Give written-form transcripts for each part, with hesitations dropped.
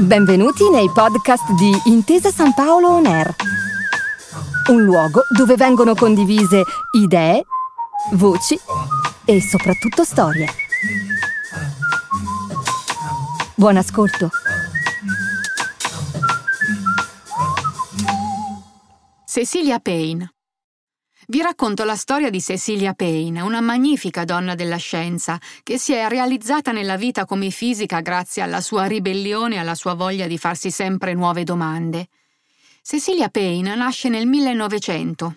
Benvenuti nei podcast di Intesa San Paolo On Air, un luogo dove vengono condivise idee, voci e soprattutto storie. Buon ascolto. Cecilia Payne. Vi racconto la storia di Cecilia Payne, una magnifica donna della scienza che si è realizzata nella vita come fisica grazie alla sua ribellione e alla sua voglia di farsi sempre nuove domande. Cecilia Payne nasce nel 1900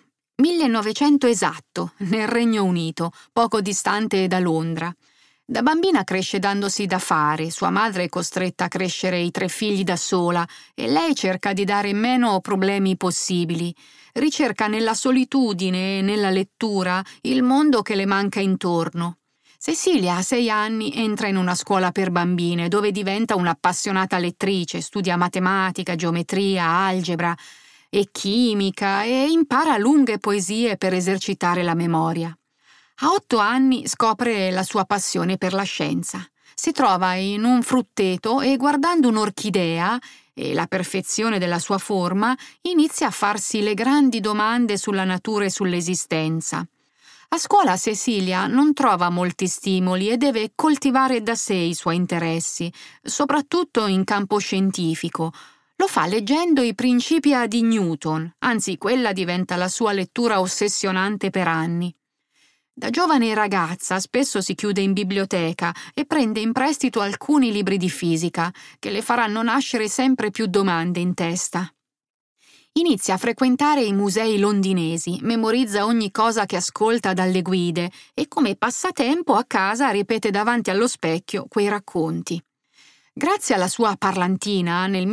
esatto, nel Regno Unito, poco distante da Londra. Da bambina cresce dandosi da fare, sua madre è costretta a crescere i 3 figli da sola e lei cerca di dare meno problemi possibili. Ricerca nella solitudine e nella lettura il mondo che le manca intorno. Cecilia, a 6 anni, entra in una scuola per bambine dove diventa un'appassionata lettrice, studia matematica, geometria, algebra e chimica e impara lunghe poesie per esercitare la memoria. A 8 anni scopre la sua passione per la scienza. Si trova in un frutteto e guardando un'orchidea e la perfezione della sua forma inizia a farsi le grandi domande sulla natura e sull'esistenza. A scuola Cecilia non trova molti stimoli e deve coltivare da sé i suoi interessi, soprattutto in campo scientifico. Lo fa leggendo i Principia di Newton, anzi quella diventa la sua lettura ossessionante per anni. Da giovane ragazza spesso si chiude in biblioteca e prende in prestito alcuni libri di fisica che le faranno nascere sempre più domande in testa. Inizia a frequentare i musei londinesi, memorizza ogni cosa che ascolta dalle guide e come passatempo a casa ripete davanti allo specchio quei racconti. Grazie alla sua parlantina, nel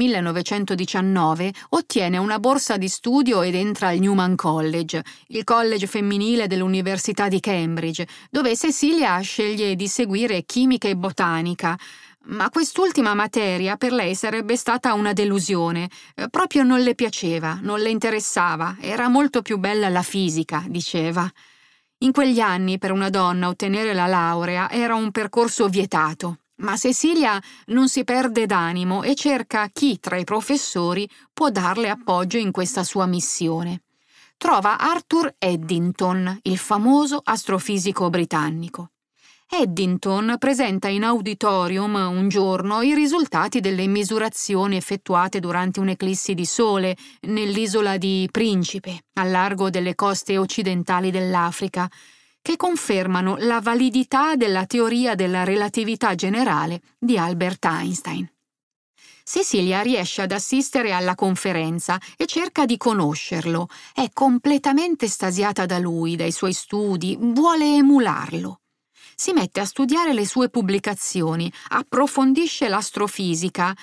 1919 ottiene una borsa di studio ed entra al Newman College, il college femminile dell'Università di Cambridge, dove Cecilia sceglie di seguire chimica e botanica. Ma quest'ultima materia per lei sarebbe stata una delusione. Proprio non le piaceva, non le interessava, era molto più bella la fisica, diceva. In quegli anni per una donna ottenere la laurea era un percorso vietato. Ma Cecilia non si perde d'animo e cerca chi tra i professori può darle appoggio in questa sua missione. Trova Arthur Eddington, il famoso astrofisico britannico. Eddington presenta in auditorium un giorno i risultati delle misurazioni effettuate durante un'eclissi di sole nell'isola di Principe, al largo delle coste occidentali dell'Africa, che confermano la validità della teoria della relatività generale di Albert Einstein. Cecilia riesce ad assistere alla conferenza e cerca di conoscerlo. È completamente estasiata da lui, dai suoi studi, vuole emularlo. Si mette a studiare le sue pubblicazioni, approfondisce l'astrofisica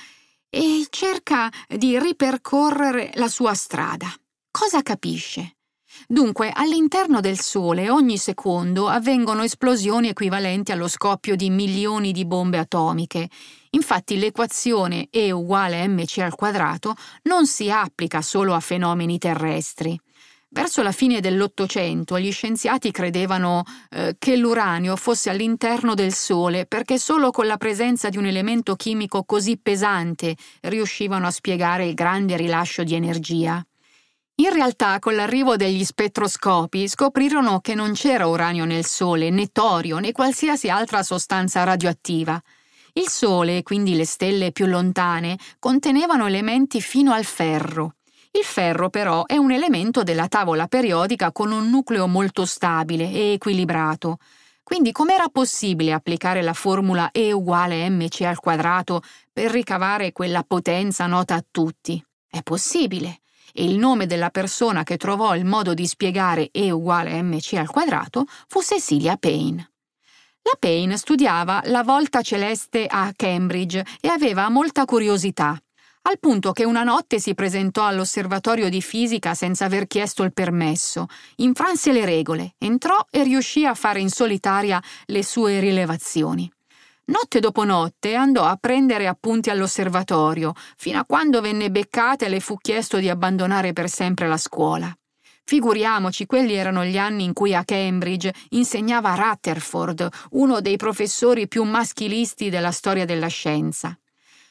e cerca di ripercorrere la sua strada. Cosa capisce? Dunque, all'interno del Sole ogni secondo avvengono esplosioni equivalenti allo scoppio di milioni di bombe atomiche. Infatti l'equazione E uguale mc al quadrato non si applica solo a fenomeni terrestri. Verso la fine dell'Ottocento gli scienziati credevano che l'uranio fosse all'interno del Sole perché solo con la presenza di un elemento chimico così pesante riuscivano a spiegare il grande rilascio di energia. In realtà, con l'arrivo degli spettroscopi, scoprirono che non c'era uranio nel Sole, né torio, né qualsiasi altra sostanza radioattiva. Il Sole, e quindi le stelle più lontane, contenevano elementi fino al ferro. Il ferro, però, è un elemento della tavola periodica con un nucleo molto stabile e equilibrato. Quindi, com'era possibile applicare la formula E uguale mc al quadrato per ricavare quella potenza nota a tutti? È possibile. E il nome della persona che trovò il modo di spiegare E uguale mc al quadrato fu Cecilia Payne. La Payne studiava la volta celeste a Cambridge e aveva molta curiosità, al punto che una notte si presentò all'osservatorio di fisica senza aver chiesto il permesso, infranse le regole, entrò e riuscì a fare in solitaria le sue rilevazioni. Notte dopo notte andò a prendere appunti all'osservatorio, fino a quando venne beccata e le fu chiesto di abbandonare per sempre la scuola. Figuriamoci, quelli erano gli anni in cui a Cambridge insegnava Rutherford, uno dei professori più maschilisti della storia della scienza.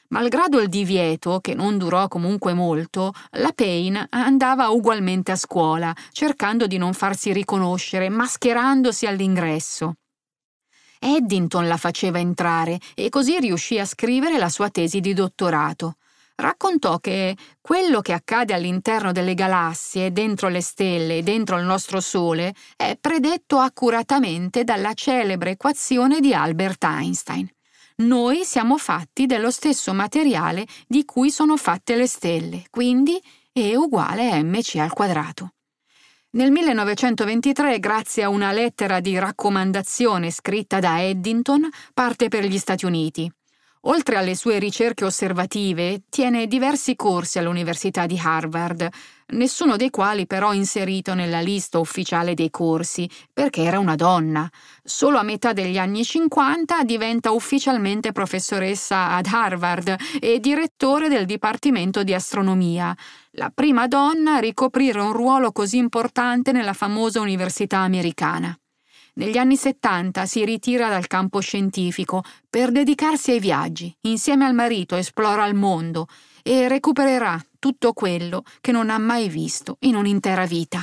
Malgrado il divieto, che non durò comunque molto, la Payne andava ugualmente a scuola, cercando di non farsi riconoscere, mascherandosi all'ingresso. Eddington la faceva entrare e così riuscì a scrivere la sua tesi di dottorato. Raccontò che quello che accade all'interno delle galassie, dentro le stelle e dentro il nostro Sole, è predetto accuratamente dalla celebre equazione di Albert Einstein. Noi siamo fatti dello stesso materiale di cui sono fatte le stelle, quindi E uguale mc al quadrato. Nel 1923, grazie a una lettera di raccomandazione scritta da Eddington, parte per gli Stati Uniti. Oltre alle sue ricerche osservative, tiene diversi corsi all'Università di Harvard, nessuno dei quali però inserito nella lista ufficiale dei corsi, perché era una donna. Solo a metà degli anni 50 diventa ufficialmente professoressa ad Harvard e direttore del Dipartimento di Astronomia, la prima donna a ricoprire un ruolo così importante nella famosa università americana. Negli anni 70 si ritira dal campo scientifico per dedicarsi ai viaggi. Insieme al marito esplora il mondo e recupererà tutto quello che non ha mai visto in un'intera vita.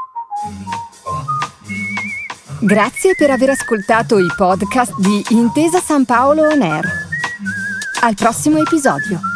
Grazie per aver ascoltato i podcast di Intesa San Paolo On Air. Al prossimo episodio.